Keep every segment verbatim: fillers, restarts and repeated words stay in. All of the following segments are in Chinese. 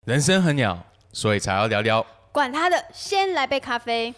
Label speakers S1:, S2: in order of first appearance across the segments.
S1: 人生很鸟，所以才要聊聊。
S2: 管他的，先来杯咖啡。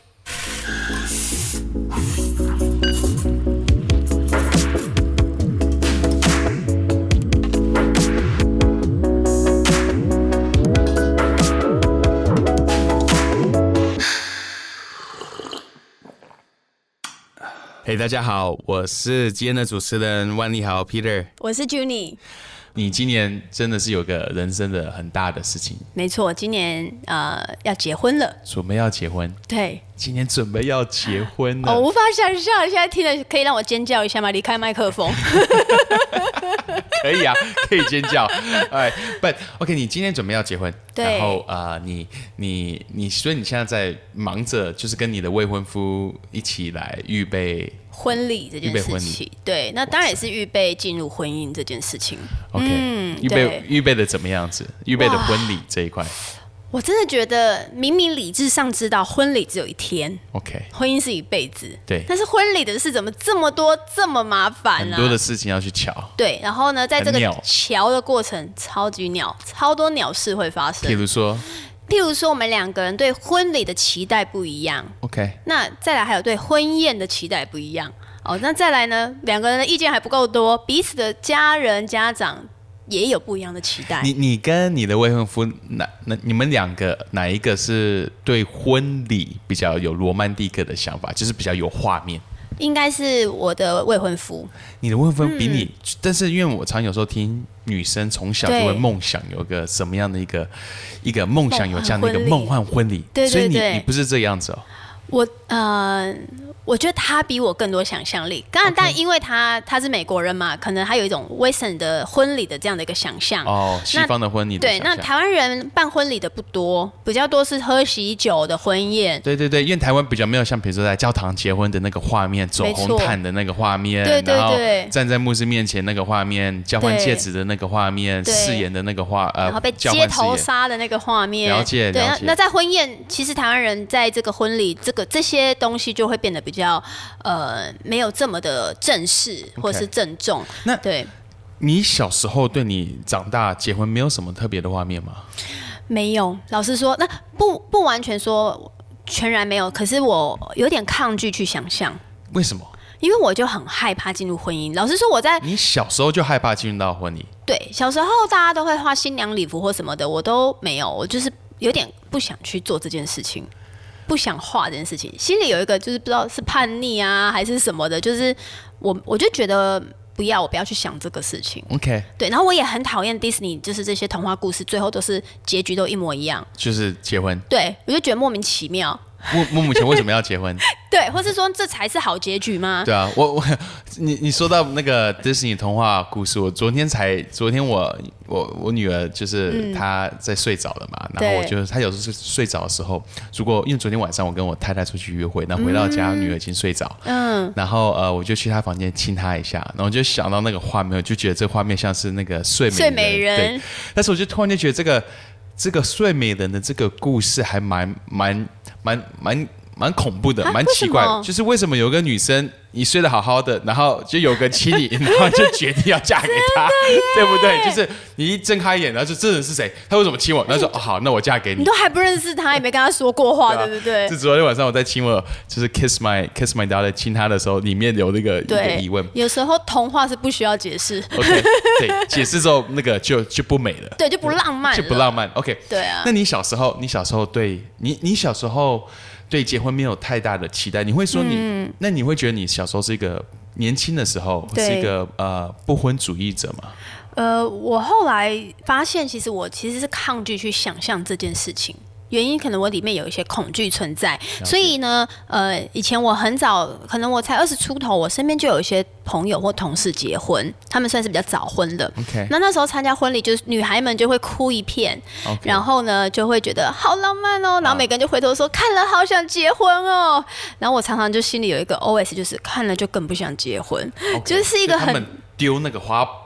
S1: 嘿、hey, 大家好，我是今天的主持人万利豪 Peter，
S2: 我是 Junie。
S1: 你今年真的是有个人生的很大的事情。
S2: 没错，今年呃要结婚了，
S1: 准备要结婚。
S2: 对，
S1: 今年准备要结婚了。
S2: 我、哦、无法想象，现在听了可以让我尖叫一下吗？离开麦克风。
S1: 可以啊，可以尖叫。哎 ，But OK， 你今天准备要结婚，
S2: 对，
S1: 然后呃，你你你，所以你现在在忙着，就是跟你的未婚夫一起来预备
S2: 婚礼这件事情。对，那当然也是预备进入婚姻这件事情。
S1: OK，嗯，预备预备的怎么样子？预备的婚礼这一块。
S2: 我真的觉得，明明理智上知道婚礼只有一天
S1: ，OK，
S2: 婚姻是一辈子，
S1: 对。
S2: 但是婚礼的事怎么这么多，这么麻烦啊？
S1: 很多的事情要去瞧。
S2: 对，然后呢，在这个瞧的过程，超级鸟，超多鸟事会发生。
S1: 譬如说，
S2: 譬如说，我们两个人对婚礼的期待不一样
S1: ，OK。
S2: 那再来还有对婚宴的期待不一样。哦，那再来呢，两个人的意见还不够多，彼此的家人家长也有不一样的期待。
S1: 你你跟你的未婚夫哪哪你们两个哪一个是对婚礼比较有罗曼蒂克的想法，就是比较有画面？
S2: 应该是我的未婚夫。
S1: 你的未婚夫比你，嗯、但是因为我常有时候听女生从小就会梦想有个什么样的一个一个梦想，有这样的一个梦幻婚礼，
S2: 对对对，
S1: 所以你你不是这样子哦。
S2: 我呃，我觉得他比我更多想象力。当然， okay. 但因为他他是美国人嘛，可能他有一种 Western 的婚礼的这样的一个想象。
S1: 哦，西方的婚礼的
S2: 对，那台湾人办婚礼的不多，比较多是喝喜酒的婚宴。
S1: 对对对，因为台湾比较没有像比如说在教堂结婚的那个画面，走红毯的那个画面，
S2: 对对对，
S1: 然后站在牧师面前那个画面，交换戒指的那个画面，誓言的那个画，呃，
S2: 然后被街头杀的那个画面。
S1: 了解，
S2: 对，
S1: 了解。
S2: 那在婚宴，其实台湾人在这个婚礼这个这些东西就会变得比较呃没有这么的正式或是郑重。
S1: Okay. 那
S2: 对，
S1: 你小时候对你长大结婚没有什么特别的画面吗？
S2: 没有，老实说，那不不完全说全然没有，可是我有点抗拒去想象。
S1: 为什么？
S2: 因为我就很害怕进入婚姻。老实说，我在
S1: 你小时候就害怕进入到婚礼？
S2: 对，小时候大家都会画新娘礼服或什么的，我都没有，我就是有点不想去做这件事情。不想画这件事情，心里有一个就是不知道是叛逆啊还是什么的，就是我我就觉得不要，我不要去想这个事情。
S1: OK，
S2: 对，然后我也很讨厌 Disney， 就是这些童话故事最后都是结局都一模一样，
S1: 就是结婚。
S2: 对，我就觉得莫名其妙。
S1: 我我母亲为什么要结婚？
S2: 对，或是说这才是好结局吗？
S1: 对啊，我我你你说到那个迪士尼童话故事，我昨天才昨天我我我女儿就是她在睡着了嘛，嗯、然后我就她有时候睡着的时候，如果因为昨天晚上我跟我太太出去约会，那回到家、嗯、女儿已经睡着，嗯，然后呃我就去她房间亲她一下，然后就想到那个画面，我就觉得这个画面像是那个睡美人，
S2: 睡美人，
S1: 对，但是我就突然就觉得这个这个睡美人的这个故事还蛮蛮。蛮蛮蛮恐怖的，蛮奇怪的，就是为什么有个女生你睡得好好的，然后就有个亲你，然后就决定要嫁给他，对不对？就是你一睁开眼，然后就这人是谁？他为什么亲我？然后说、哦、好，那我嫁给你。
S2: 你都还不认识他，也没跟他说过话，对, 对不对？
S1: 是昨天晚上我在亲我，就是 kiss my kiss my daughter 亲他的时候，里面有那个一个疑问。
S2: 有时候童话是不需要解释。
S1: OK， 对，解释之后那个就就不美了，
S2: 对，就不浪漫了，
S1: 就不浪漫。OK，
S2: 对啊。
S1: 那你小时候，你小时候对你你小时候。对结婚没有太大的期待，你会说你，嗯、那你会觉得你小时候是一个年轻的时候是一个呃不婚主义者吗？
S2: 呃，我后来发现，其实我其实是抗拒去想象这件事情。原因可能我里面有一些恐惧存在，所以呢，呃，以前我很早，可能我才二十出头，我身边就有一些朋友或同事结婚，他们算是比较早婚的。
S1: Okay.
S2: 那那时候参加婚礼，就是女孩们就会哭一片， okay. 然后呢就会觉得好浪漫哦，然后每个人就回头说、啊、看了好想结婚哦，然后我常常就心里有一个 O S， 就是看了就更不想结婚， okay. 就是一个很。
S1: 丢那个花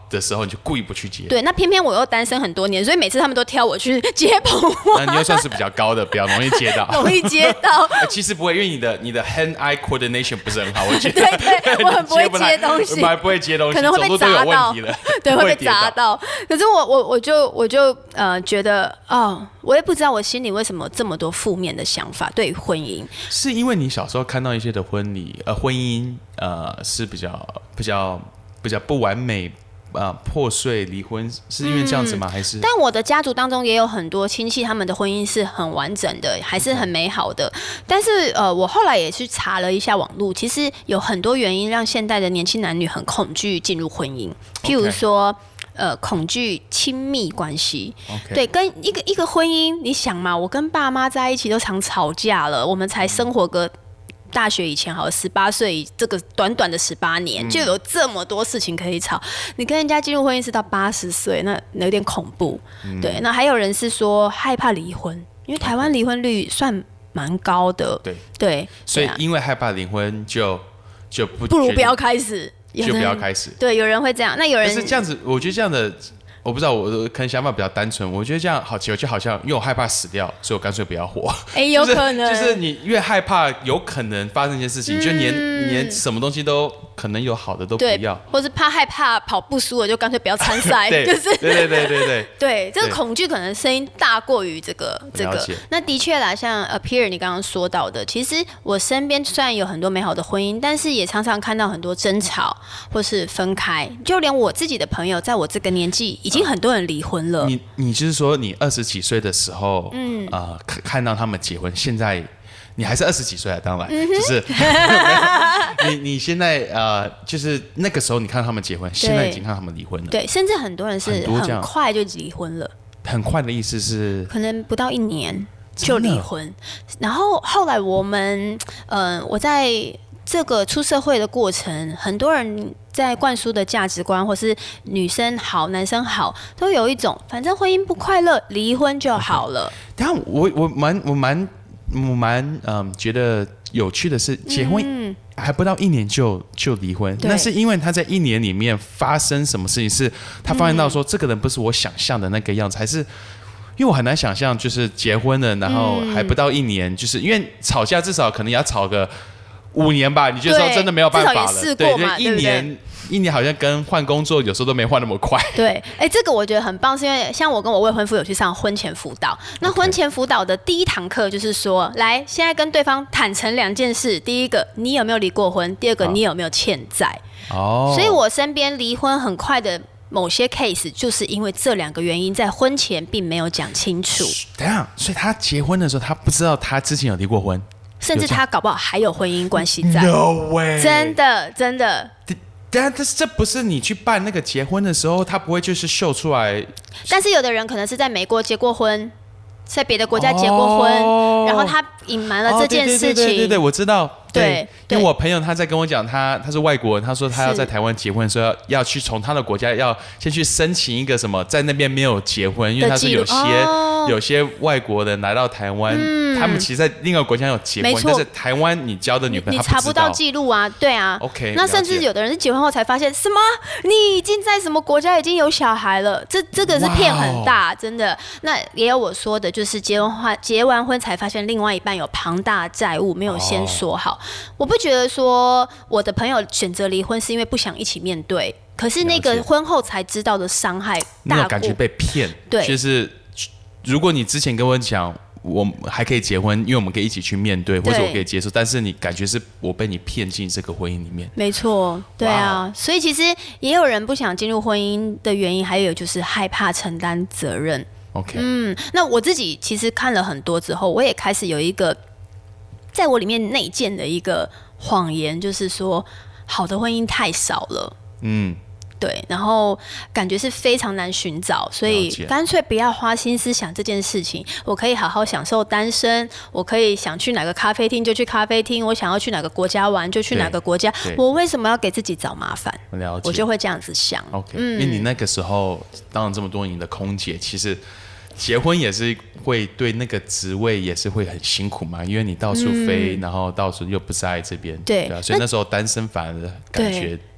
S1: 的时候，你就故意不去接。
S2: 对，那偏偏我又单身很多年，所以每次他们都挑我去接捧花。
S1: 那你又算是比较高的，比较容易接到。
S2: 容易接到。
S1: 其实不会，因为你的你的 hand eye coordination 不是很好，我觉得。
S2: 对对，我很不会接东西，
S1: 我还不会接东西，
S2: 可能会被砸到。对，会被砸到。可是我我我就我就呃觉得哦，我也不知道我心里为什么这么多负面的想法对于婚姻。
S1: 是因为你小时候看到一些的婚礼呃婚姻呃是比较比较比较不完美。呃，破碎离婚是因为这样子吗？嗯、还是？
S2: 但我的家族当中也有很多亲戚，他们的婚姻是很完整的，还是很美好的。但是呃，我后来也去查了一下网络，其实有很多原因让现代的年轻男女很恐惧进入婚姻，譬如说。Okay.呃，恐惧亲密关系，
S1: okay.
S2: 对，跟一个一个婚姻，你想嘛，我跟爸妈在一起都常吵架了，我们才生活个大学以前好，十八岁这个短短的十八年、嗯，就有这么多事情可以吵。你跟人家进入婚姻是到八十岁，那有点恐怖、嗯。对，那还有人是说害怕离婚，因为台湾离婚率算蛮高的。对
S1: 对，所以因为害怕离婚就，就就不
S2: 不如不要开始。
S1: 就不要开始。
S2: 对，有人会这样，那有人
S1: 但是这样子，我觉得这样的，我不知道，我可能想法比较单纯。我觉得这样好，我就好像因为我害怕死掉，所以我干脆不要活。
S2: 哎、欸，有可能、
S1: 就是，就是你越害怕有可能发生一件事情，嗯、就连连什么东西都可能有好的都不要，
S2: 或是怕害怕跑步输了，就干脆不要参赛。
S1: 对，
S2: 就是
S1: 对对对对对
S2: 对，这个恐惧可能声音大过于这个这个。那的确啦，像 Appear 你刚刚说到的，其实我身边虽然有很多美好的婚姻，但是也常常看到很多争吵或是分开，就连我自己的朋友，在我这个年纪，已经很多人离婚了。
S1: 你你就是说，你二十几岁的时候，嗯啊、呃，看到他们结婚，现在你还是二十几岁啊，当然，嗯、就是你你现在呃，就是那个时候你看到他们结婚，现在已经看到他们离婚了。
S2: 对，甚至很多人是很快就离婚了。
S1: 很快的意思是，
S2: 可能不到一年就离婚。然后后来我们，呃，我在这个出社会的过程，很多人在灌输的价值观，或是女生好、男生好，都有一种反正婚姻不快乐，离婚就好了。
S1: 但我我蛮我蛮我蛮嗯觉得有趣的是，结婚还不到一年就就离婚，那是因为他在一年里面发生什么事情，是他发现到说、嗯、这个人不是我想象的那个样子，还是因为我很难想象，就是结婚了，然后还不到一年，嗯、就是因为吵架至少可能也要吵个五年吧，你觉得说真的没有办法了，
S2: 对，
S1: 对，一年。对一年好像跟换工作有时候都没换那么快。
S2: 对，哎、欸，这个我觉得很棒，是因为像我跟我未婚夫有去上婚前辅导。那婚前辅导的第一堂课就是说，来，现在跟对方坦诚两件事：第一个，你有没有离过婚；第二个，你有没有欠债。哦。所以我身边离婚很快的某些 case， 就是因为这两个原因，在婚前并没有讲清楚。
S1: 等一下，所以他结婚的时候，他不知道他之前有离过婚，
S2: 甚至他搞不好还有婚姻关系在。
S1: No way！
S2: 真的，真的。
S1: 但这不是你去办那个结婚的时候，他不会就是秀出来。
S2: 但是有的人可能是在美国结过婚，在别的国家结过婚，哦、然后他隐瞒了这件事情。哦、对, 对, 对, 对, 对，我知道。对，因为我朋友他在跟我讲，他他是外国人，他说他要在台湾结婚，说要要去从他的国家要先去申请一个什么，在那边没有结婚，因为他是有些、哦、有些外国人来到台湾、嗯，他们其实在另一个国家有结婚，但是台湾你交的女朋友你查不到记录啊，对啊。
S1: OK，
S2: 那甚至有的人是结婚后才发现，什么你已经在什么国家已经有小孩了，这这个是骗很大，真的。那也有我说的，就是结完结完婚才发现另外一半有庞大的债务没有先说好。哦，我不觉得说我的朋友选择离婚是因为不想一起面对，可是那个婚后才知道的伤害大过，
S1: 那种感觉被骗。对，就是如果你之前跟我讲我还可以结婚，因为我们可以一起去面对，或者我可以接受，但是你感觉是我被你骗进这个婚姻里面。
S2: 没错，对啊，所以其实也有人不想进入婚姻的原因，还有就是害怕承担责任。
S1: OK，
S2: 嗯，那我自己其实看了很多之后，我也开始有一个在我里面内建的一个谎言，就是说好的婚姻太少了。嗯，对，然后感觉是非常难寻找，所以干脆不要花心思想这件事情。我可以好好享受单身，我可以想去哪个咖啡厅就去咖啡厅，我想要去哪个国家玩就去哪个国家，我为什么要给自己找麻烦？我就会这样子想。
S1: OK，嗯，因为你那个时候当了这么多年的空姐，其实结婚也是会对那个职位也是会很辛苦嘛，因为你到处飞，嗯、然后到处又不在这边，
S2: 对，
S1: 对啊，所以那时候单身反而感觉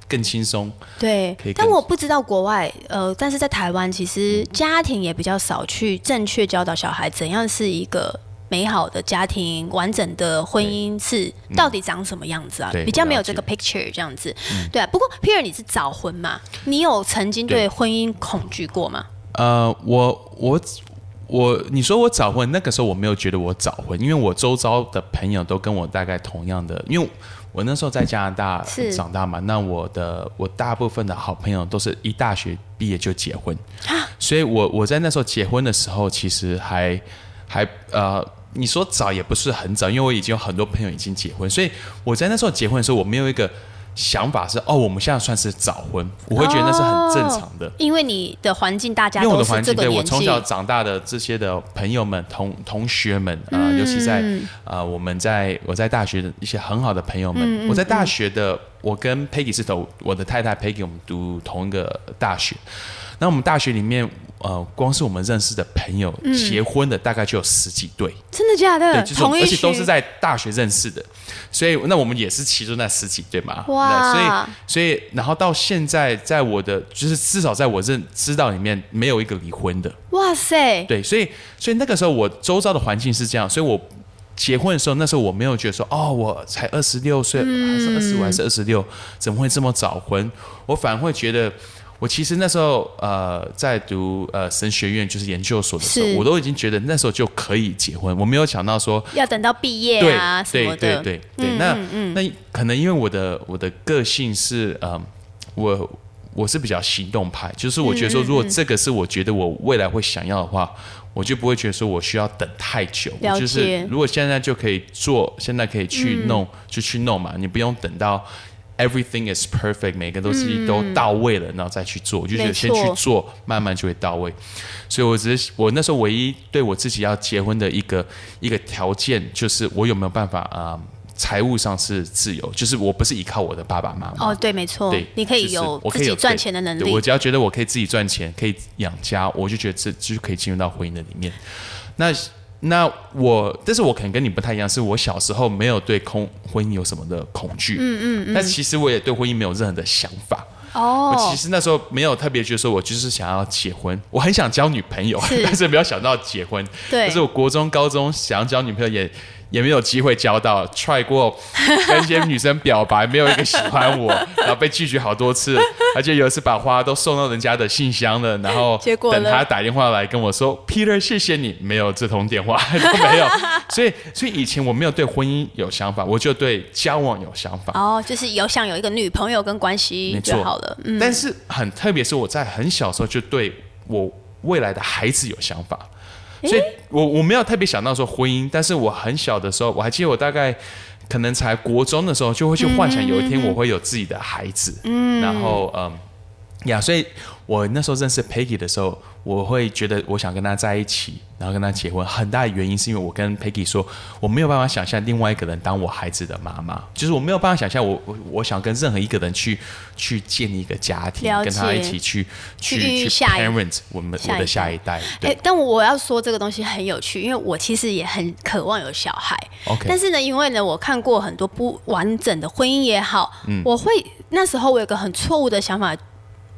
S1: 更轻松。
S2: 对，但我不知道国外，呃，但是在台湾，其实家庭也比较少去正确教导小孩怎样是一个美好的家庭，完整的婚姻是到底长什么样子啊？比较没有这个 picture 这样子。嗯、对啊，不过 Peter 你是早婚嘛？你有曾经对婚姻恐惧过吗？
S1: 呃，我我。我你说我早婚，那个时候我没有觉得我早婚，因为我周遭的朋友都跟我大概同样的，因为我那时候在加拿大长大嘛，那我的我大部分的好朋友都是一大学毕业就结婚，所以我我在那时候结婚的时候，其实还还呃，你说早也不是很早，因为我已经有很多朋友已经结婚，所以我在那时候结婚的时候，我没有一个想法是哦，我们现在算是早婚，我会觉得那是很正常的，哦、
S2: 因为你的环境大家都是这个年纪，
S1: 对我从小长大的这些的朋友们、同同学们啊、呃嗯，尤其在啊、呃，我们在我在大学的一些很好的朋友们，嗯嗯、我在大学的，我跟 Peggy 是同我的太太 Peggy， 我们读同一个大学，那我们大学里面。呃，光是我们认识的朋友、嗯、结婚的大概就有十几对，
S2: 真的假的？
S1: 对，就是而且都是在大学认识的，所以那我们也是其中那十几对嘛。哇！所以所以然后到现在，在我的就是至少在我认知道里面，没有一个离婚的。
S2: 哇塞！
S1: 对，所以所以那个时候我周遭的环境是这样，所以我结婚的时候，那时候我没有觉得说哦，我才二十六岁，还是二十五还是二十六，怎么会这么早婚？我反而会觉得。我其实那时候呃在读呃神学院就是研究所的时候，我都已经觉得那时候就可以结婚，我没有想到说
S2: 要等到毕业啊什么的。
S1: 对对对对对，那、嗯嗯、那可能因为我的我的个性是呃我我是比较行动派，就是我觉得说如果这个是我觉得我未来会想要的话，我就不会觉得说我需要等太久。就是如果现在就可以做，现在可以去弄、嗯、就去弄嘛，你不用等到。Everything is perfect， 每个东西都到位了，嗯、然后再去做，我就觉得先去做，慢慢就会到位。所以我只是我那时候唯一对我自己要结婚的一个一个条件，就是我有没有办法啊，财、呃、务上是自由，就是我不是依靠我的爸爸妈妈。
S2: 哦，对，没错，对，你可以有自己赚钱的能力。
S1: 我只要觉得我可以自己赚钱，可以养家，我就觉得这就可以进入到婚姻的里面。那。那我，但是我可能跟你不太一样，是我小时候没有对婚姻有什么的恐惧，嗯嗯嗯，但其实我也对婚姻没有任何的想法。哦，我其实那时候没有特别觉得说我就是想要结婚，我很想交女朋友，是但是没有想到结婚。对，但是我国中、高中想要交女朋友也。也没有机会交到 ，try 过跟一些女生表白，没有一个喜欢我，然后被拒绝好多次，而且有一次把花都送到人家的信箱了，然后等他打电话来跟我说 ，Peter 谢谢你，没有这通电话都没有，所以所以以前我没有对婚姻有想法，我就对交往有想法。
S2: 哦，就是有想有一个女朋友跟关系就好了。
S1: 嗯，但是很特别是我在很小的时候就对我未来的孩子有想法。所以我我没有特别想到说婚姻，但是我很小的时候，我还记得我大概可能才国中的时候，就会去幻想有一天我会有自己的孩子，嗯，然后嗯呀，所以我那时候认识 Peggy 的时候，我会觉得我想跟她在一起，然后跟她结婚。很大的原因是因为我跟 Peggy 说，我没有办法想象另外一个人当我孩子的妈妈，就是我没有办法想象我我我想跟任何一个人去去建立一个家庭，跟他一起去去去 parent 我们我的下一代。
S2: 哎、欸，但我要说这个东西很有趣，因为我其实也很渴望有小孩。Okay. 但是呢，因为呢，我看过很多不完整的婚姻也好，嗯、我会那时候我有个很错误的想法。呀、yeah, ，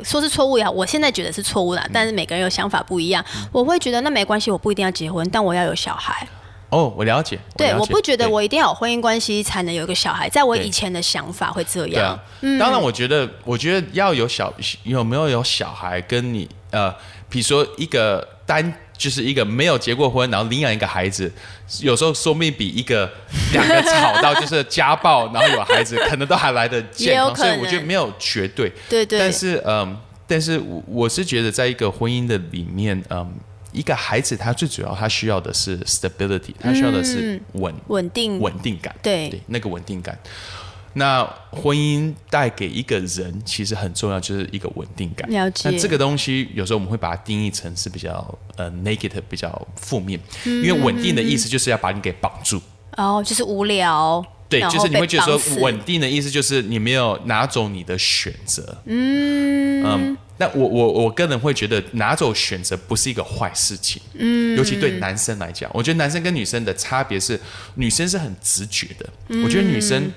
S2: 说是错误也好，我现在觉得是错误啦、嗯。但是每个人有想法不一样，嗯、我会觉得那没关系，我不一定要结婚，但我要有小孩。
S1: 哦，我了解。
S2: 对，
S1: 我了解，
S2: 我不觉得我一定要有婚姻关系才能有一个小孩，在我以前的想法会这样。对啊，
S1: 嗯、当然，我觉得，我觉得要有小有没有有小孩，跟你呃，比如说一个单。就是一个没有结过婚，然后领养一个孩子，有时候说不定比一个两个吵到就是家暴，然后有孩子，可能都还来得健康。所以我觉得没有绝对。对对。但是嗯，但是我是觉得，在一个婚姻的里面，嗯，一个孩子他最主要他需要的是 stability， 他需要的是稳
S2: 稳定
S1: 稳定感。
S2: 对
S1: 对，那个稳定感。那婚姻带给一个人其实很重要，就是一个稳定感。
S2: 了解。
S1: 那这个东西有时候我们会把它定义成是比较呃 negative， 比较负面、嗯。因为稳定的意思就是要把你给绑住。
S2: 哦，就是无聊。
S1: 对，就是你会觉得说稳定的意思就是你没有拿走你的选择。嗯嗯。那我我我个人会觉得拿走选择不是一个坏事情。嗯。尤其对男生来讲，我觉得男生跟女生的差别是，女生是很直觉的。嗯、我觉得女生。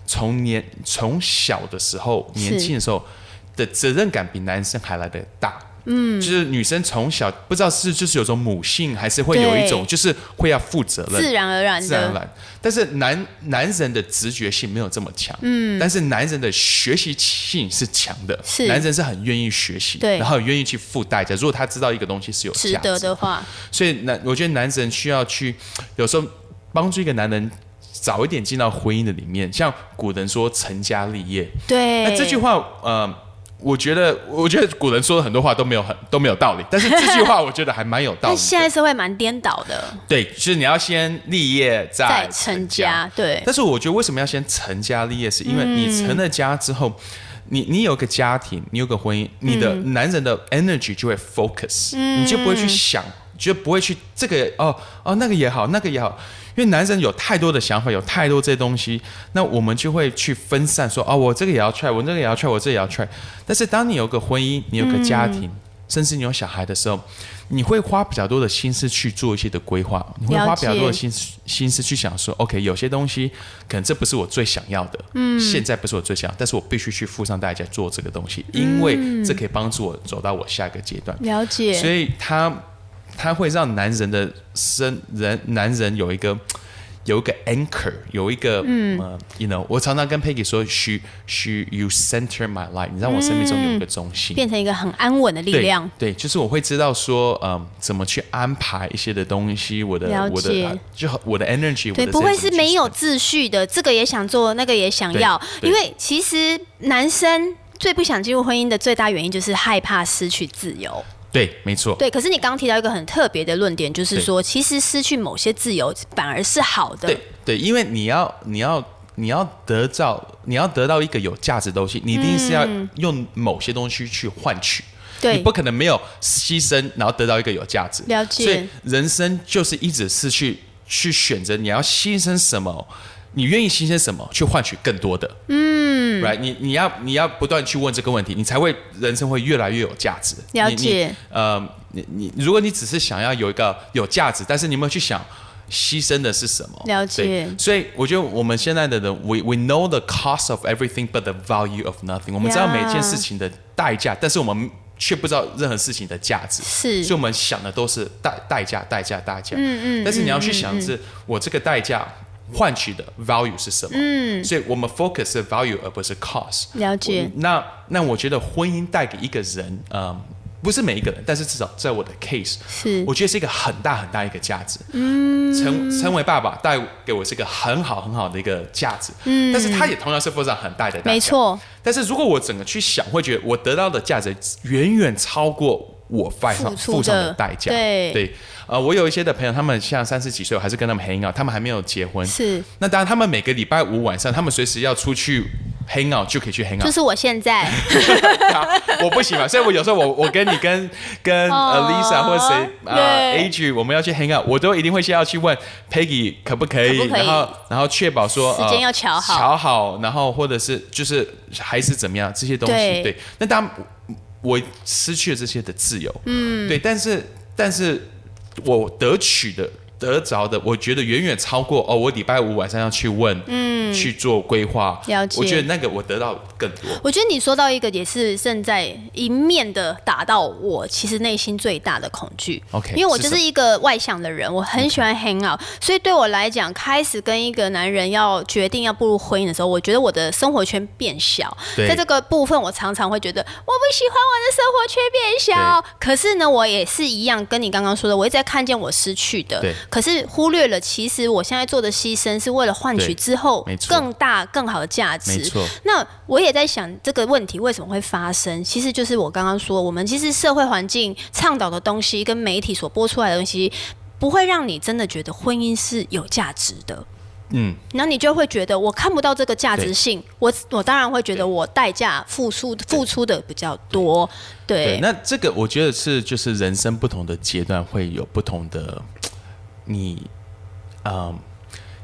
S1: 从年从小的时候年轻的时候的责任感比男生还来得大。嗯，就是女生从小不知道是就是有种母性，还是会有一种就是会要负责任，
S2: 自然而然的，
S1: 自然而然。但是男男人的直觉性没有这么强，嗯，但是男人的学习性是强的，
S2: 是
S1: 男人是很愿意学习，
S2: 对，
S1: 然后愿意去付代价。如果他知道一个东西是有价值
S2: 值得的话，
S1: 所以男我觉得男人需要去有时候帮助一个男人早一点进到婚姻的里面，像古人说成家立业，
S2: 对，
S1: 那这句话呃。我觉得，我觉得古人说的很多话都没有很都没有道理，但是这句话我觉得还蛮有道理的。但
S2: 现在社会蛮颠倒的，
S1: 对，就是你要先立业再
S2: 成家，对。
S1: 但是我觉得为什么要先成家立业，是因为你成了家之后，嗯、你你有个家庭，你有个婚姻，你的男人的 energy 就会 focus，、嗯、你就不会去想，就不会去这个哦哦那个也好，那个也好。因为男生有太多的想法，有太多这些东西，那我们就会去分散说，哦，我这个也要 try， 我那个也要 try， 我这个也要 try。但是当你有个婚姻，你有个家庭，嗯、甚至你有小孩的时候，你会花比较多的心思去做一些的规划，你会花比较多的心思心思去想说 ，OK， 有些东西可能这不是我最想要的，嗯，现在不是我最想要，但是我必须去付上代价做这个东西，因为这可以帮助我走到我下一个阶段。
S2: 了解。
S1: 所以他。它会让男人的身人男人有一个有一个 anchor， 有一个嗯、呃、，you know， 我常常跟 Peggy 说 ，she she you center my life， 你让我生命中有一个中心，
S2: 嗯、变成一个很安稳的力量。
S1: 对，对就是我会知道说，嗯，怎么去安排一些的东西，我的我的就我的 energy，
S2: 对，不会是没有秩序的，这个也想做，那个也想要，因为其实男生最不想进入婚姻的最大原因就是害怕失去自由。
S1: 对，没错。
S2: 对，可是你刚刚提到一个很特别的论点，就是说，其实失去某些自由反而是好的。
S1: 对对，因为你要你要你要得到你要得到一个有价值的东西，你一定是要用某些东西去换取。对，你不可能没有牺牲，然后得到一个有价值。
S2: 了解。
S1: 所以人生就是一直是去去选择你要牺牲什么。你愿意牺牲什么去换取更多的？嗯 ，right， 你你要你要不断去问这个问题，你才会人生会越来越有价值。
S2: 了解。
S1: 呃，你你如果你只是想要有一个有价值，但是你有没有去想牺牲的是什么？
S2: 了解。
S1: 所以我觉得我们现在的人 ，we we know the cost of everything but the value of nothing。我们知道每件事情的代价，但是我们却不知道任何事情的价值。
S2: 是。
S1: 所以我们想的都是代代价、代价、代价。嗯嗯。但是你要去想的是，我这个代价。换取的 value 是什么？嗯，所以我们 focus 是 value 而不是 cost。
S2: 了解。
S1: 那那我觉得婚姻带给一个人，嗯，不是每一个人，但是至少在我的 case， 是我觉得是一个很大很大一个价值。嗯，成成为爸爸带给我是一个很好很好的一个价值。嗯，但是他也同样是付上很大的代价。
S2: 没错。
S1: 但是如果我整个去想，会觉得我得到的价值远远超过我付上付上的代价。
S2: 对
S1: 对。呃，我有一些的朋友，他们像三十几岁，我还是跟他们 hang out， 他们还没有结婚。
S2: 是。
S1: 那当然，他们每个礼拜五晚上，他们随时要出去 hang out 就可以去 hang out。
S2: 就是我现在。
S1: 我不行嘛，所以我有时候我我跟你跟跟、呃、Lisa 或者谁呃 Adri， 我们要去 hang out， 我都一定会先要去问 Peggy 可不可以，
S2: 可不可以
S1: 然后然后确保说
S2: 时间要瞧好，
S1: 瞧好，然后或者是就是还是怎么样这些东西。对。对那当然，我失去了这些的自由。嗯。对，但是但是。我得取的、得着的，我觉得远远超过哦。我礼拜五晚上要去问，嗯，去做规划。
S2: 了解。
S1: 我觉得那个我得到更多。
S2: 我觉得你说到一个也是正在一面的打到我其实内心最大的恐惧。
S1: OK，
S2: 因为我就是一个外向的人，我很喜欢 hang out， 所以对我来讲，开始跟一个男人要决定要步入婚姻的时候，我觉得我的生活圈变小。在这个部分，我常常会觉得我不喜欢我的生活圈变小。可是呢，我也是一样，跟你刚刚说的，我一直在看见我失去的，可是忽略了其实我现在做的牺牲是为了换取之后更大更好的价值。
S1: 没错。
S2: 那我也在想这个问题为什么会发生，其实就是我刚刚说，我们其实社会环境倡导的东西跟媒体所播出来的东西，不会让你真的觉得婚姻是有价值的。嗯，然后你就会觉得我看不到这个价值性，我我当然会觉得我代价付出付出的比较多。对。
S1: 对，那这个我觉得是就是人生不同的阶段会有不同的，你，嗯，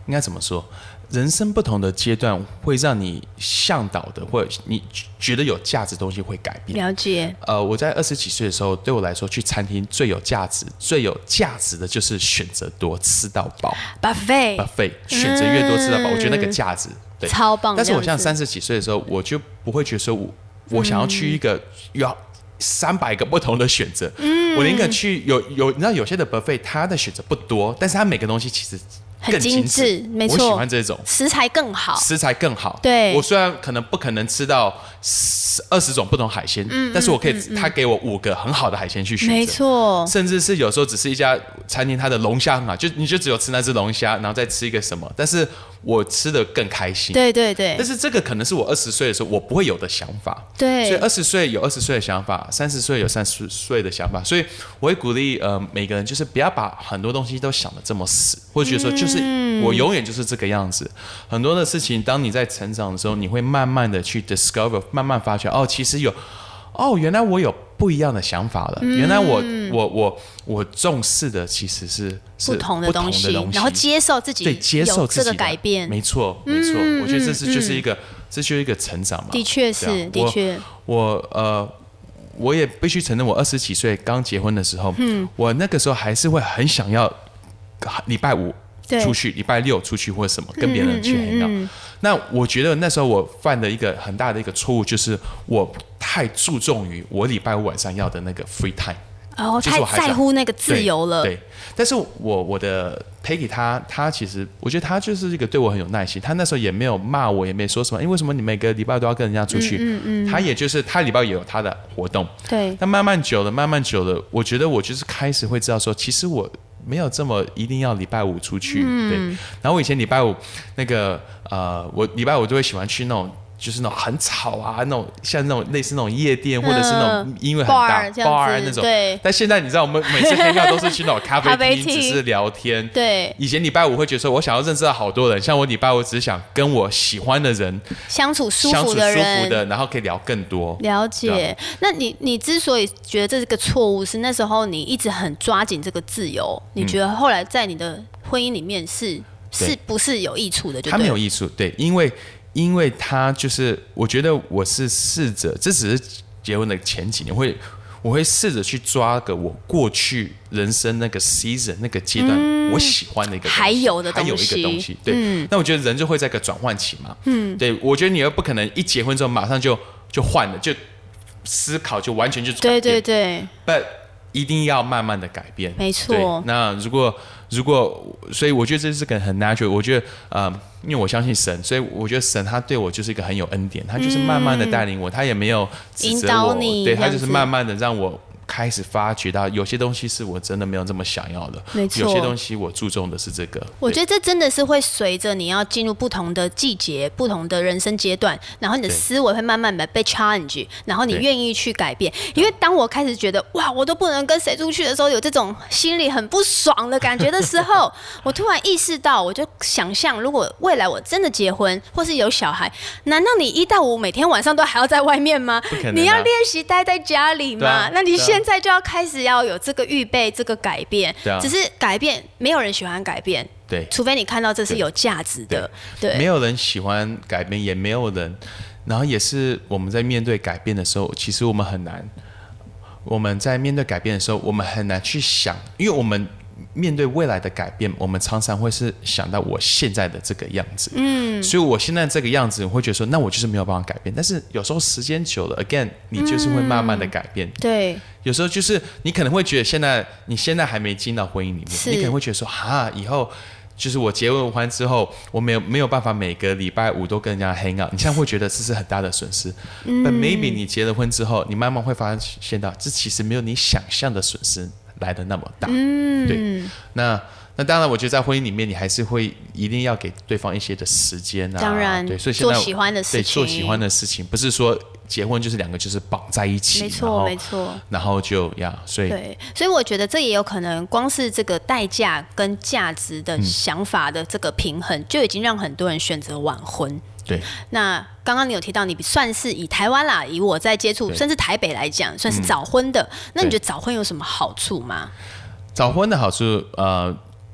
S1: 应该怎么说？人生不同的阶段会让你向导的，或者你觉得有价值的东西会改变。
S2: 了解。
S1: 呃，我在二十几岁的时候，对我来说，去餐厅最有价值、最有价值的就是选择多，吃到饱。
S2: buffet
S1: buffet 选择越多吃到饱，嗯、我觉得那个价值对
S2: 超棒。
S1: 但是我像三十几岁的时候，我就不会觉得说我我想要去一个要三百个不同的选择，嗯、我宁可去有有你知道有些的 buffet 它的选择不多，但是它每个东西其实。
S2: 很精致，没错，
S1: 我喜欢这种
S2: 食材更好，
S1: 食材更好。
S2: 对，
S1: 我虽然可能不可能吃到二十种不同海鲜，嗯、但是我可以，嗯嗯、他给我五个很好的海鲜去选择，
S2: 没错。
S1: 甚至是有时候只是一家餐厅，它的龙虾很好，就你就只有吃那只龙虾，然后再吃一个什么，但是我吃的更开心。
S2: 对对对。
S1: 但是这个可能是我二十岁的时候我不会有的想法。
S2: 对。
S1: 所以二十岁有二十岁的想法，三十岁有三十岁的想法，所以我会鼓励呃每个人就是不要把很多东西都想得这么死，或者觉得说就是我永远就是这个样子。很多的事情，当你在成长的时候，你会慢慢的去 discover， 慢慢发觉哦，其实有哦，原来我有不一样的想法了。嗯、原来我我我我重视的其实是是
S2: 不同的东西，然后接受自己
S1: 对接受自己
S2: 的改变，
S1: 没错没错。嗯、我觉得这是就是一个、嗯、这就是一个成长嘛。
S2: 的确是，的确。
S1: 我呃。我也必须承认，我二十几岁刚结婚的时候，嗯、我那个时候还是会很想要礼拜五出去，礼拜六出去或者什么，跟别人去 hang out。嗯嗯嗯、那我觉得那时候我犯的一个很大的一个错误，就是我太注重于我礼拜五晚上要的那个 free time。
S2: 哦，太在乎那个自由了。
S1: 对，对但是我我的 Peggy 他他其实，我觉得他就是一个对我很有耐心。他那时候也没有骂我，也没说什么。因为为什么你每个礼拜都要跟人家出去？嗯嗯嗯、他也就是他礼拜也有他的活动。
S2: 对。
S1: 但慢慢久了，慢慢久了，我觉得我就是开始会知道说，其实我没有这么一定要礼拜五出去。嗯、对。然后我以前礼拜五那个呃，我礼拜五都会喜欢去那种。就是那种很吵啊，那种像那种类似那种夜店，或者是那种音乐很大 bar, bar 那种。
S2: 对。
S1: 但现在你知道，我们每次 hang out 都是去那种咖啡厅，只是聊天。
S2: 对。
S1: 以前礼拜五会觉得说，我想要认识到好多人，像我礼拜五只是想跟我喜欢的人
S2: 相处舒服的人，
S1: 相处舒服的，然后可以聊更多。
S2: 了解。那你你之所以觉得这是个错误，是那时候你一直很抓紧这个自由，你觉得后来在你的婚姻里面是、嗯、是不是有益处的就对了？
S1: 它没有益处，对，因为。因为他就是，我觉得我是试着，这只是结婚的前几年，会我会试着去抓个我过去人生那个 season 那个阶段、嗯、我喜欢的一个东西，
S2: 还有的东西，
S1: 还有一个东西，对。嗯、那我觉得人就会在一个转换期嘛，嗯，对。我觉得你又不可能一结婚之后马上就就换了，就思考就完全就转变，
S2: 对对对。
S1: But 一定要慢慢的改变，
S2: 没错。
S1: 那如果如果，所以我觉得这是个很 natural。我觉得，呃，因为我相信神，所以我觉得神他对我就是一个很有恩典，他就是慢慢的带领我，他也没有指责我，对，他就是慢慢的让我开始发觉到有些东西是我真的没有这么想要的，
S2: 没错，
S1: 有些东西我注重的是这个。
S2: 我觉得这真的是会随着你要进入不同的季节、不同的人生阶段，然后你的思维会慢慢的被 challenge， 然后你愿意去改变。因为当我开始觉得哇，我都不能跟谁出去的时候，有这种心里很不爽的感觉的时候，我突然意识到，我就想象，如果未来我真的结婚或是有小孩，难道你一到五每天晚上都还要在外面吗？
S1: 不可能啊，
S2: 你要练习待在家里嘛？啊、那你现在就要开始要有这个预备，这个改变。对啊，只是改变，没有人喜欢改变。
S1: 对，
S2: 除非你看到这是有价值的。对，
S1: 对，没有人喜欢改变，也没有人。然后也是我们在面对改变的时候，其实我们很难。我们在面对改变的时候，我们很难去想，因为我们面对未来的改变，我们常常会是想到我现在的这个样子。嗯，所以我现在这个样子，我会觉得说，那我就是没有办法改变。但是有时候时间久了 ，again， 你就是会慢慢的改变。嗯、
S2: 对，
S1: 有时候就是你可能会觉得现在你现在还没进到婚姻里面，你可能会觉得说，哈，以后。就是我结完婚之后，我没有没有办法每个礼拜五都跟人家 hang out， 你现在会觉得这是很大的损失。嗯、But maybe 你结了婚之后，你慢慢会发现到，这其实没有你想象的损失来的那么大。嗯，对。那那当然，我觉得在婚姻里面，你还是会一定要给对方一些的时间啊。
S2: 当然，
S1: 对，所以现在
S2: 做喜欢的事情，
S1: 对，做喜欢的事情，不是说。结婚就是两个就是绑在一起，
S2: 没错没错，
S1: 然后就呀，所以
S2: 对，所以我觉得这也有可能，光是这个代价跟价值的想法的这个平衡，嗯、就已经让很多人选择晚婚。
S1: 对，
S2: 那刚刚你有提到，你算是以台湾啦，以我在接触，甚至台北来讲，算是早婚的。嗯、那你觉得早婚有什么好处吗？
S1: 早婚的好处，呃。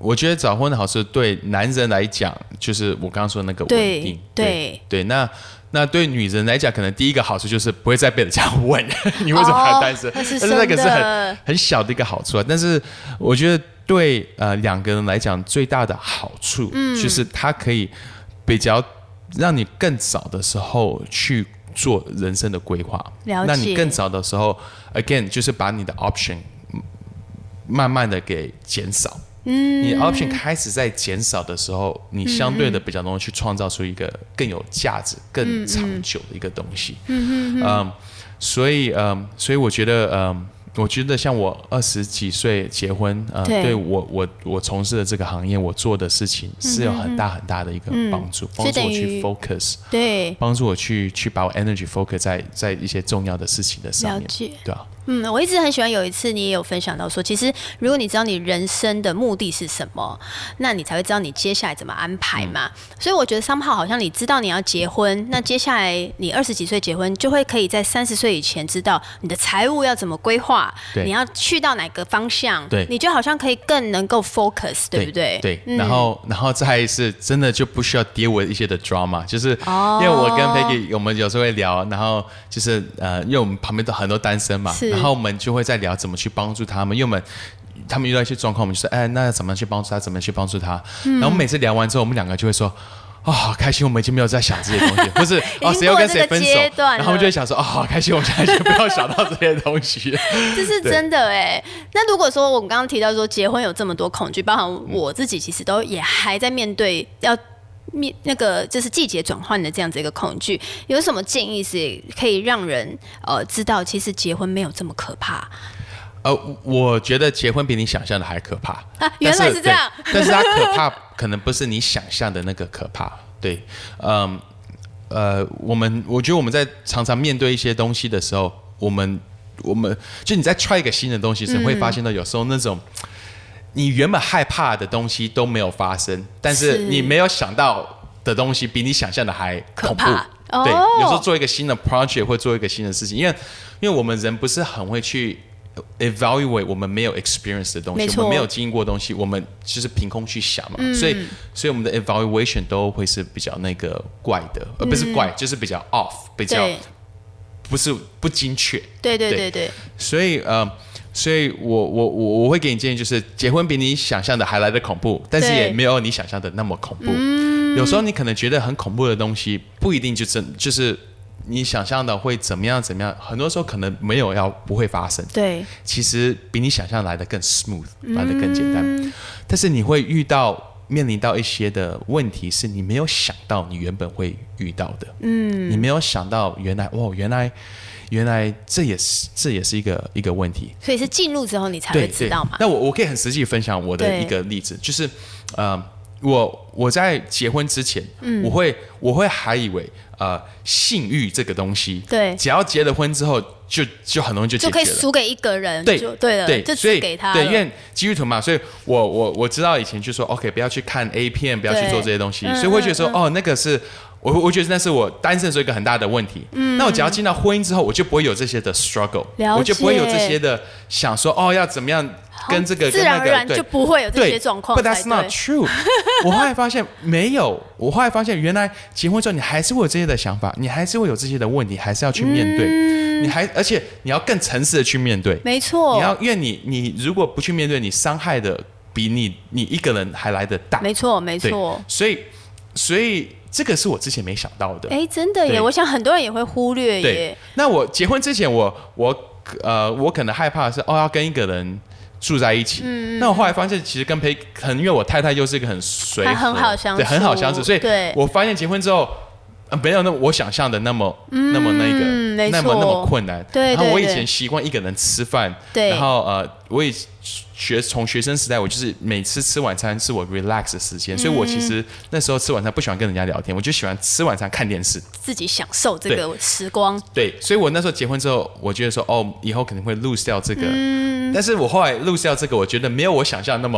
S1: 我觉得早婚的好处对男人来讲，就是我刚刚说的那个稳定。
S2: 对
S1: 对 对, 对，那那对女人来讲，可能第一个好处就是不会再被人家问你为什么还单身，哦、但是那个是很很小的一个好处啊。但是我觉得对呃两个人来讲，最大的好处、嗯、就是它可以比较让你更早的时候去做人生的规划。
S2: 了解。
S1: 那你更早的时候 ，again 就是把你的 option 慢慢的给减少。嗯，你 option 开始在减少的时候，你相对的比较容易去创造出一个更有价值、嗯、更长久的一个东西。嗯嗯嗯。所以嗯，所以我觉得嗯，我觉得像我二十几岁结婚，呃，对, 对我我我从事的这个行业，我做的事情是有很大很大的一个帮助，帮、嗯、助我去 focus，
S2: 对，
S1: 帮助我去去把我 energy focus 在在一些重要的事情的上面，了解，对啊。
S2: 嗯，我一直很喜欢有一次你也有分享到说，其实如果你知道你人生的目的是什么，那你才会知道你接下来怎么安排嘛。嗯、所以我觉得somehow好像你知道你要结婚，那接下来你二十几岁结婚，就会可以在三十岁以前知道你的财务要怎么规划，你要去到哪个方向，对，你就好像可以更能够 focus， 对不对？
S1: 对，对嗯、然后然后再是真的就不需要跌我一些的 drama， 就是因为我跟 Peggy 我们有时候会聊，然后就是呃，因为我们旁边都很多单身嘛。然后我们就会在聊怎么去帮助他们，因为我们他们遇到一些状况，我们就说，哎，那怎么去帮助他？怎么去帮助他？嗯、然后每次聊完之后，我们两个就会说，哦，好开心，我们已经没有在想这些东西，或是哦，谁要跟谁分手，然后我们就会想说，哦，好开心，我们现在先不要想到这些东西。
S2: 这是真的哎。那如果说我们刚刚提到说结婚有这么多恐惧，包含我自己其实都也还在面对要。面那个就是季节转换的这样子一个恐惧，有什么建议是可以让人呃知道，其实结婚没有这么可怕？
S1: 呃，我觉得结婚比你想象的还可怕
S2: 啊！原来是这样，
S1: 但是它可怕可能不是你想象的那个可怕。对，嗯呃，我们我觉得我们在常常面对一些东西的时候，我们我们就你在 try 一个新的东西时，嗯、会发现到有时候那种。你原本害怕的东西都没有发生，但是你没有想到的东西比你想象的还恐怖。
S2: 哦、
S1: 对，有时候做一个新的 project 或做一个新的事情，因为因为我们人不是很会去 evaluate 我们没有 experience 的东西，我们没有经历过的东西，我们就是凭空去想嘛，嗯、所以所以我们的 evaluation 都会是比较那个怪的，而、呃、不是怪，嗯、就是比较 off， 比较不是不精确。
S2: 对对对 对, 对，
S1: 所以呃。所以我我我我会给你建议，就是结婚比你想象的还来得恐怖，但是也没有你想象的那么恐怖。嗯、有时候你可能觉得很恐怖的东西，不一定就真就是你想象的会怎么样怎么样，很多时候可能没有要不会发生。
S2: 对，
S1: 其实比你想象来的更 smooth， 来的更简单。嗯、但是你会遇到面临到一些的问题，是你没有想到你原本会遇到的。嗯，你没有想到原来哦，原来。原来这也是这也是一个一个问题，
S2: 所以是进入之后你才会知道嘛。
S1: 那我我可以很实际分享我的一个例子，就是呃，我我在结婚之前，嗯、我会我会还以为呃性欲这个东西，对，只要结了婚之后就就很容易就解决了，
S2: 就可以输给一个人，对就对了，
S1: 对，
S2: 就只给他了。
S1: 对，因为基督徒嘛，所以我我我知道以前就说 OK， 不要去看 A 片，不要去做这些东西，所以我会觉得说、嗯、哦，那个是。我我觉得那是我单身的时候一个很大的问题。嗯，那我只要进到婚姻之后，我就不会有这些的 struggle， 我就不会有这些的想说哦要怎么样跟这个跟那个，
S2: 自然而然就不会有这些状况。
S1: But that's not true 。我后来发现没有，我后来发现原来结婚之后你还是会有这些的想法，你还是会有这些的问题，还是要去面对。嗯、你还而且你要更诚实的去面对。
S2: 没错。
S1: 你要因为你你如果不去面对，你伤害的比你你一个人还来得大。
S2: 没错没错。
S1: 所以所以。这个是我之前没想到的，
S2: 哎，真的耶！我想很多人也会忽略耶。
S1: 对，那我结婚之前我，我我呃，我可能害怕的是哦，要跟一个人住在一起。嗯，那我后来发现，其实跟陪，可能因为我太太又是一个很随和，
S2: 很好相处，
S1: 对，很好相处，所以我发现结婚之后。没有那我想象的那么、嗯、那么那个那么那么困难。
S2: 对对对，
S1: 然后我以前习惯一个人吃饭，对，然后呃，我也学从学生时代，我就是每次吃晚餐是我 relax 的时间，嗯、所以我其实那时候吃晚餐不喜欢跟人家聊天，我就喜欢吃晚餐看电视，
S2: 自己享受这个时光。
S1: 对，对，所以我那时候结婚之后，我觉得说哦，以后可能会 lose 掉这个，嗯、但是我后来 lose 掉这个，我觉得没有我想象那么。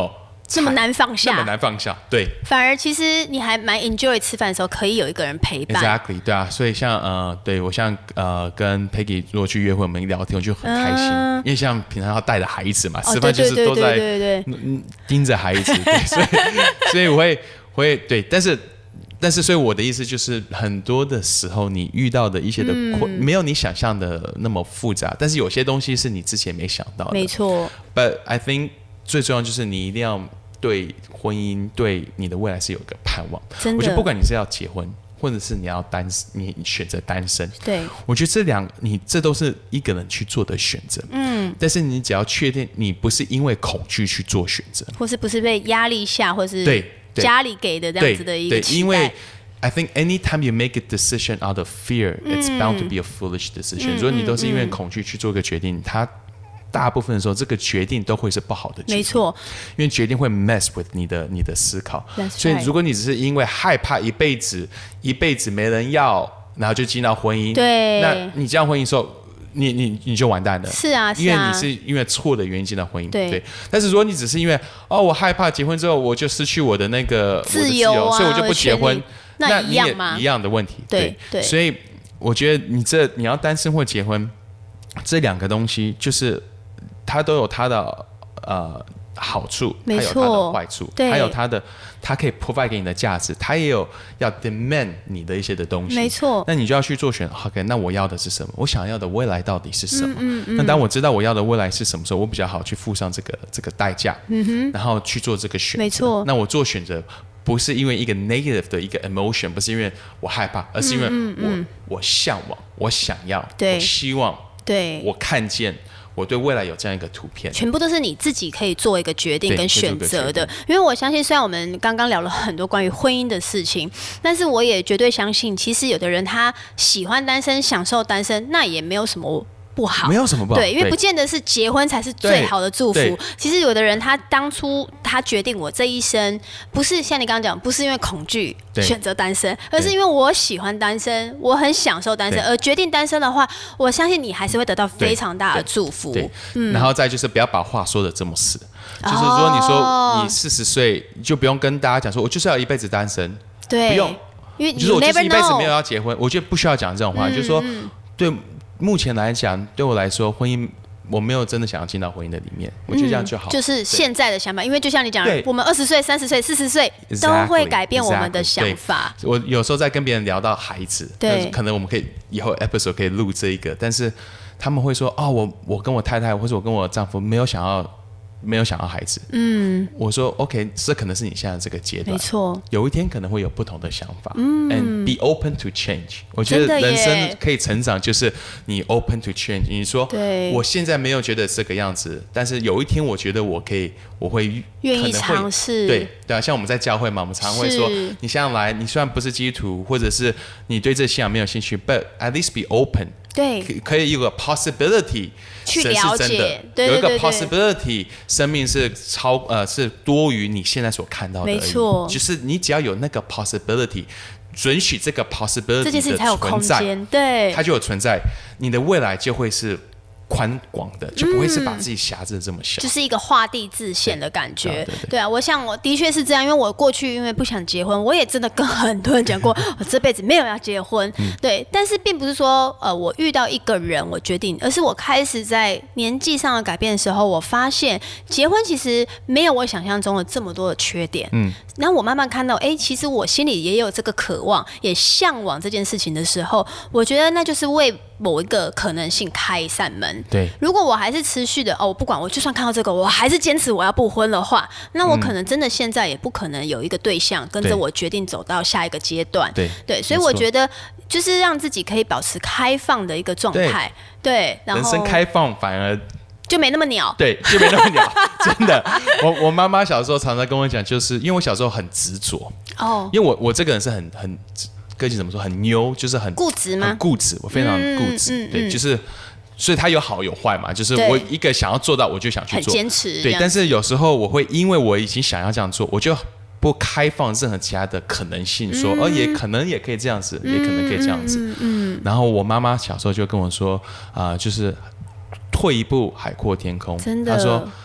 S2: 这么难放下，
S1: 那么难放下，对。
S2: 反而其实你还蛮 enjoy 吃饭的时候可以有一个人陪伴。
S1: Exactly， 对啊，所以像呃，对我像呃跟 Peggy 如果去约会，我们聊天我就很开心，嗯、因为像平常要带着孩子嘛，吃饭就是都在盯着孩子，对，所以所以我会会对，但是。但是，所以我的意思就是，很多的时候你遇到的一些的困、嗯，没有你想象的那么复杂。但是有些东西是你之前没想到的，
S2: 没错。
S1: But I think 最重要就是你一定要对婚姻、对你的未来是有一个盼望。
S2: 真的，
S1: 我觉得不管你是要结婚，或者是你要单，你选择单身，
S2: 对，
S1: 我觉得这两你这都是一个人去做的选择。嗯，但是你只要确定你不是因为恐惧去做选择，
S2: 或是不是被压力下，或是
S1: 对。
S2: 家里给的这样子的一个期待，
S1: 因为 I think anytime you make a decision out of fear, it's bound to be a foolish decision、嗯。如果你都是因为恐惧去做一个决定，它大部分的时候这个决定都会是不好的决定，
S2: 没错，
S1: 因为决定会 mess with 你的你的思考。
S2: Right.
S1: 所以如果你只是因为害怕一辈子一辈子没人要，然后就进到婚姻，
S2: 对，
S1: 那你这样婚姻的时候。你你你就完蛋了，
S2: 是啊，是啊，
S1: 因为你是因为错的原因进到婚姻，
S2: 对。
S1: 对但是如果你只是因为哦，我害怕结婚之后我就失去我的那个
S2: 自由啊，
S1: 我的自由所以我就不结婚，
S2: 那一样
S1: 吗？一样的问题，
S2: 对
S1: 对, 对。所以我觉得你这你要单身或结婚，这两个东西就是它都有它的呃。好处，它有它的坏处，还有它的，它可以 provide 给你的价值，它也有要 demand 你的一些的东西，
S2: 没错。
S1: 那你就要去做选 ，OK？ 那我要的是什么？我想要的未来到底是什么？嗯嗯嗯、那当我知道我要的未来是什么时候，我比较好去付上这个这个代价，嗯哼，然后去做这个选择。
S2: 没错。
S1: 那我做选择不是因为一个 negative 的一个 emotion， 不是因为我害怕，而是因为我、嗯嗯嗯、我向往，我想要，我希望，
S2: 对，
S1: 我看见。我对未来有这样一个图片，
S2: 全部都是你自己可以做一个决定跟选择的。因为我相信，虽然我们刚刚聊了很多关于婚姻的事情，但是我也绝对相信，其实有的人他喜欢单身，享受单身，那也没有什么不好，
S1: 没有什么不好，
S2: 对，因为不见得是结婚才是最好的祝福。其实有的人他当初他决定我这一生，不是像你刚刚讲，不是因为恐惧选择单身，而是因为我喜欢单身，我很享受单身，而决定单身的话，我相信你还是会得到非常大的祝福。
S1: 对，嗯、然后再就是不要把话说的这么死，就是说你说你四十岁就不用跟大家讲说我就是要一辈子单身，
S2: 对，
S1: 不用，
S2: 因为
S1: 就是我就是一辈子没有要结婚，我觉得不需要讲这种话，嗯、就是说对。目前来讲，对我来说，婚姻我没有真的想要进到婚姻的里面，我觉得这样就好。
S2: 嗯、就是现在的想法，因为就像你讲，我们二十岁、三十岁、四十岁都会改变我们的想法。
S1: Exactly, 我有时候在跟别人聊到孩子，
S2: 对，
S1: 可能我们可以以后 episode 可以录这一个，但是他们会说，哦，我我跟我太太或者我跟我丈夫没有想要。没有想要孩子，嗯，我说 OK， 这可能是你现在这个阶段，
S2: 没错，
S1: 有一天可能会有不同的想法，嗯 ，and be open to change。我觉得人生可以成长，就是你 open to change。你说，
S2: 对，
S1: 我现在没有觉得这个样子，但是有一天我觉得我可以，我会
S2: 愿意尝试，
S1: 对对啊，像我们在教会嘛，我们常会说，你现在来，你虽然不是基督徒，或者是你对这信仰没有兴趣 ，but at least be open。
S2: 对，
S1: 可以有个 possibility
S2: 去了解，对对对对，
S1: 有一个 possibility 生命是超呃是多于你现在所看到的而已，
S2: 没错，
S1: 就是你只要有那个 possibility， 准许这个 possibility
S2: 这件事情才有空间，对，
S1: 它就有存在，你的未来就会是宽广的，就不会是把自己辖制的这么小，
S2: 嗯、就是一个画地自限的感觉。对, 对, 对, 对啊，我想我的确是这样，因为我过去因为不想结婚，我也真的跟很多人讲过，我这辈子没有要结婚。嗯、对，但是并不是说呃我遇到一个人我决定，而是我开始在年纪上的改变的时候，我发现结婚其实没有我想象中的这么多的缺点。嗯，然后我慢慢看到，哎，其实我心里也有这个渴望，也向往这件事情的时候，我觉得那就是为某一个可能性开一扇门。
S1: 对，
S2: 如果我还是持续的哦，我不管，我就算看到这个，我还是坚持我要不婚的话，那我可能真的现在也不可能有一个对象跟着我决定走到下一个阶段。
S1: 对
S2: 对，所以我觉得就是让自己可以保持开放的一个状态。对，然后
S1: 人生开放反而
S2: 就没那么鸟。
S1: 对，就没那么鸟，真的。我我妈妈小时候常常跟我讲，就是因为我小时候很执着哦，因为我我这个人是很很个性怎么说，很妞，就是很
S2: 固执吗？
S1: 很固执，我非常固执。嗯嗯嗯、对，就是。所以它有好有坏嘛，就是我一个想要做到，我就想去做，
S2: 很坚持。
S1: 对，但是有时候我会因为我已经想要这样做，我就不开放任何其他的可能性，说，哦、嗯，也可能也可以这样子，嗯、也可能可以这样子。嗯。嗯然后我妈妈小时候就跟我说，啊、呃，就是退一步海阔天空。
S2: 真的。
S1: 她说，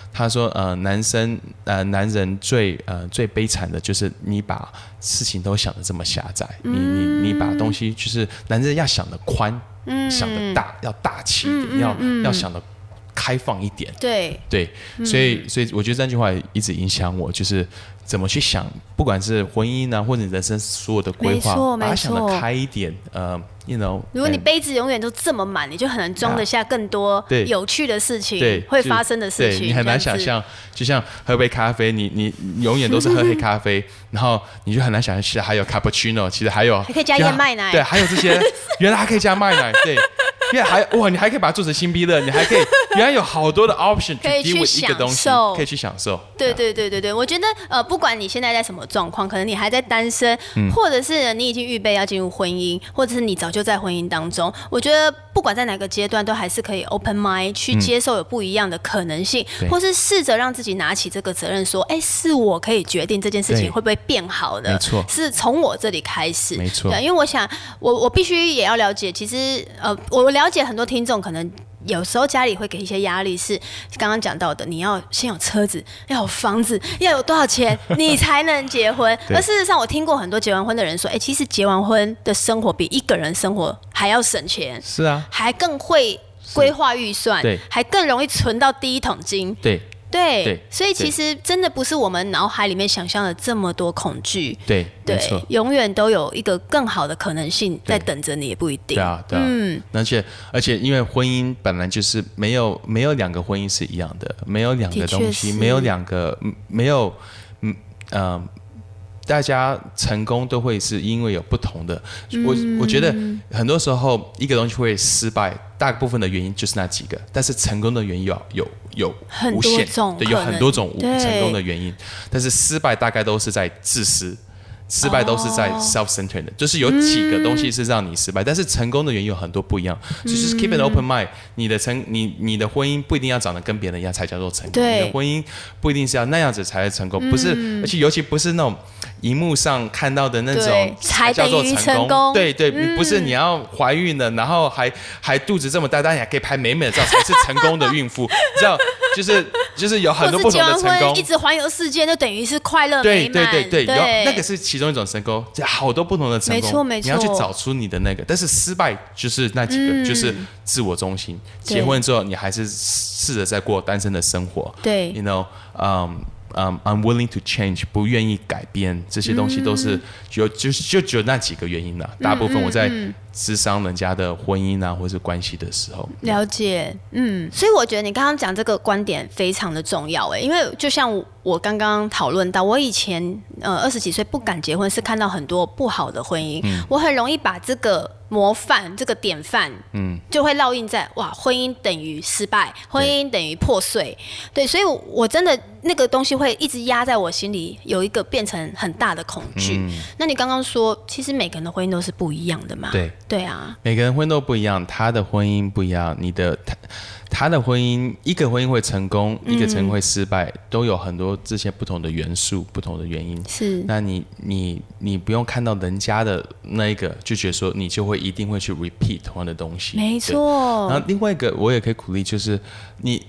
S1: 他说呃，男生呃，男人最呃最悲惨的就是你把事情都想得这么狭窄，嗯、你你你把东西就是男人要想得宽，嗯、想得大，要大气一点，嗯、要、嗯、要想得开放一点。
S2: 对
S1: 对，所以所以我觉得这句话一直影响我，就是怎么去想，不管是婚姻啊，或者人生所有的规划，把它想得开一点，呃。You know,
S2: 如果你杯子永远都这么满，你就很难装得下更多有趣的事情，会发生的事情。
S1: 你很难想象，就像喝杯咖啡，你你永远都是喝黑咖啡，然后你就很难想象，其实还有 cappuccino， 其实还有
S2: 还可以加燕麦奶，
S1: 对，还有这些，原来还可以加麦奶，对。因为还哇，你还可以把它做成星冰乐，你还可以，原来有好多的 option
S2: 可以去
S1: 一个东西，可以去享受。
S2: 对对对对对，我觉得呃，不管你现在在什么状况，可能你还在单身，嗯、或者是你已经预备要进入婚姻，或者是你早就在婚姻当中，我觉得不管在哪个阶段，都还是可以 open mind 去接受有不一样的可能性，嗯、或是试着让自己拿起这个责任，说，哎，是我可以决定这件事情会不会变好的，
S1: 没错，
S2: 是从我这里开始，
S1: 没错。
S2: 对，因为我想，我我必须也要了解，其实呃，我了解很多听众可能有时候家里会给一些压力，是刚刚讲到的，你要先有车子，要有房子，要有多少钱，你才能结婚。而事实上，我听过很多结完婚的人说，哎、欸，其实结完婚的生活比一个人生活还要省钱，
S1: 是啊，
S2: 还更会规划预算，对，还更容易存到第一桶金，
S1: 对。
S2: 对, 对，所以其实真的不是我们脑海里面想象的这么多恐惧，
S1: 对，
S2: 对，永远都有一个更好的可能性在等着你，也不一定。
S1: 对啊，对啊，嗯，而且而且因为婚姻本来就是没有没有两个婚姻是一样的，没有两个东西，没有两个没有嗯呃。大家成功都会是因为有不同的，嗯、我我觉得很多时候一个东西会失败，大部分的原因就是那几个，但是成功的原因有有有无限，对，有很多种成功的原因，但是失败大概都是在自私。失败都是在 self-centered 的，就是有几个东西是让你失败，嗯、但是成功的原因有很多不一样，所以就是 keep an open mind。你的成，你你的婚姻不一定要长得跟别人一样才叫做成功，你的婚姻不一定是要那样子才成功，嗯、不是，而且尤其不是那种荧幕上看到的那种才叫做成功。对对，嗯、不是你要怀孕了，然后还还肚子这么大，但你还可以拍美美的照，才是成功的孕妇，你知道？就是就是有很多不同的成功，
S2: 一直环游世界，就等于是快乐美满。
S1: 对对对对，对那个是其中一种成功，好多不同的成功，
S2: 没错没错。
S1: 你要去找出你的那个，但是失败就是那几个，嗯、就是自我中心。结婚之后，你还是试着在过单身的生活。对 ，you know， 嗯、um,。Um, unwilling to change， 不愿意改变，这些东西都是有、嗯、就就只有那几个原因啦。大部分我在諮商人家的婚姻啊，或是关系的时候，
S2: 了解，嗯，所以我觉得你刚刚讲这个观点非常的重要哎，因为就像我刚刚讨论到，我以前呃二十几岁不敢结婚，是看到很多不好的婚姻，嗯、我很容易把这个模范这个典范，嗯，就会烙印在哇，婚姻等于失败，婚姻等于破碎，对，所以我真的那个东西会一直压在我心里，有一个变成很大的恐惧。嗯、那你刚刚说，其实每个人的婚姻都是不一样的嘛？
S1: 对，
S2: 对啊，
S1: 每个人婚姻都不一样，他的婚姻不一样，你的他他的婚姻，一个婚姻会成功，一个成功会失败，嗯、都有很多这些不同的元素、不同的原因。
S2: 是，
S1: 那你你你不用看到人家的那一个，就觉得说你就会一定会去 repeat 同样的东西。
S2: 没错。
S1: 然后另外一个，我也可以鼓励，就是你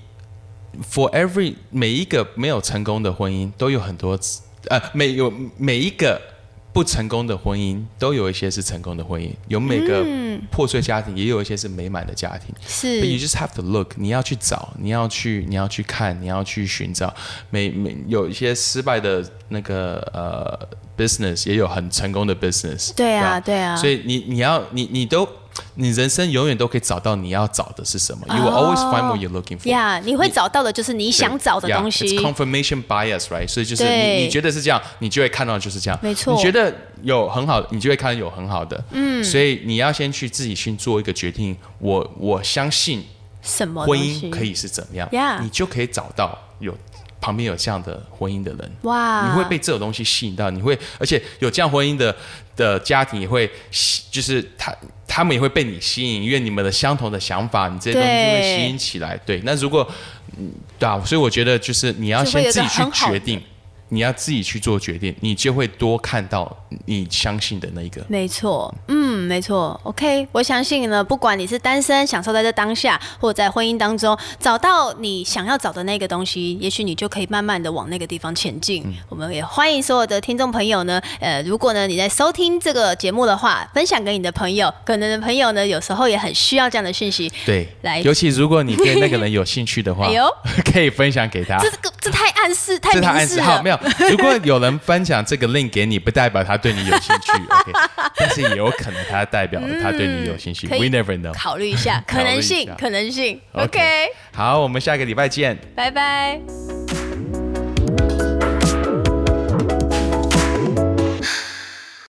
S1: for every 每一个没有成功的婚姻，都有很多呃每有每一个。不成功的婚姻都有一些是成功的婚姻，有每个破碎家庭，也有一些是美满的家庭。
S2: 是
S1: ，But you just have to look， 你要去找，你要去，你要去看，你要去寻找。每每有一些失败的那个呃 business， 也有很成功的 business。
S2: 对啊，对啊。
S1: 所以你你要你你都。你人生永远都可以找到你要找的是什么。You will always find what you're looking for.
S2: Yeah， 你会找到的就是你想找的东西。
S1: Yeah, it's confirmation bias, right? 所以就是你你觉得是这样，你就会看到就是这样。
S2: 没错。
S1: 你觉得有很好，你就会看到有很好的。嗯。所以你要先去自己去做一个决定。我我相信
S2: 什么
S1: 婚姻可以是怎么样，
S2: Yeah.
S1: 你就可以找到有。旁边有这样的婚姻的人，
S2: 哇！
S1: 你会被这种东西吸引到，你会，而且有这样婚姻的的家庭也会，就是他他们也会被你吸引，因为你们的相同的想法，你这些东西就会吸引起来。对，那如果，嗯，对啊，所以我觉得就是你要先自己去决定， 你要自己去做决定，你就会多看到你相信的那一个。
S2: 没错，嗯，没错。OK， 我相信呢，不管你是单身，享受在这当下，或者在婚姻当中找到你想要找的那个东西，也许你就可以慢慢的往那个地方前进。嗯、我们也欢迎所有的听众朋友呢，呃，如果呢你在收听这个节目的话，分享给你的朋友，可能的朋友呢有时候也很需要这样的讯息。
S1: 对，
S2: 来，
S1: 尤其如果你对那个人有兴趣的话，哎呦，可以分享给他。
S2: 这个这太暗示，太明示了。
S1: 好，没有。如果有人分享这个 link 给你，不代表他对你有兴趣，OK？ 但是也有可能他代表他对你有兴趣。嗯、We never know。
S2: 考虑一下，可能性，可能性。OK，
S1: 好，我们下个礼拜见，
S2: 拜拜。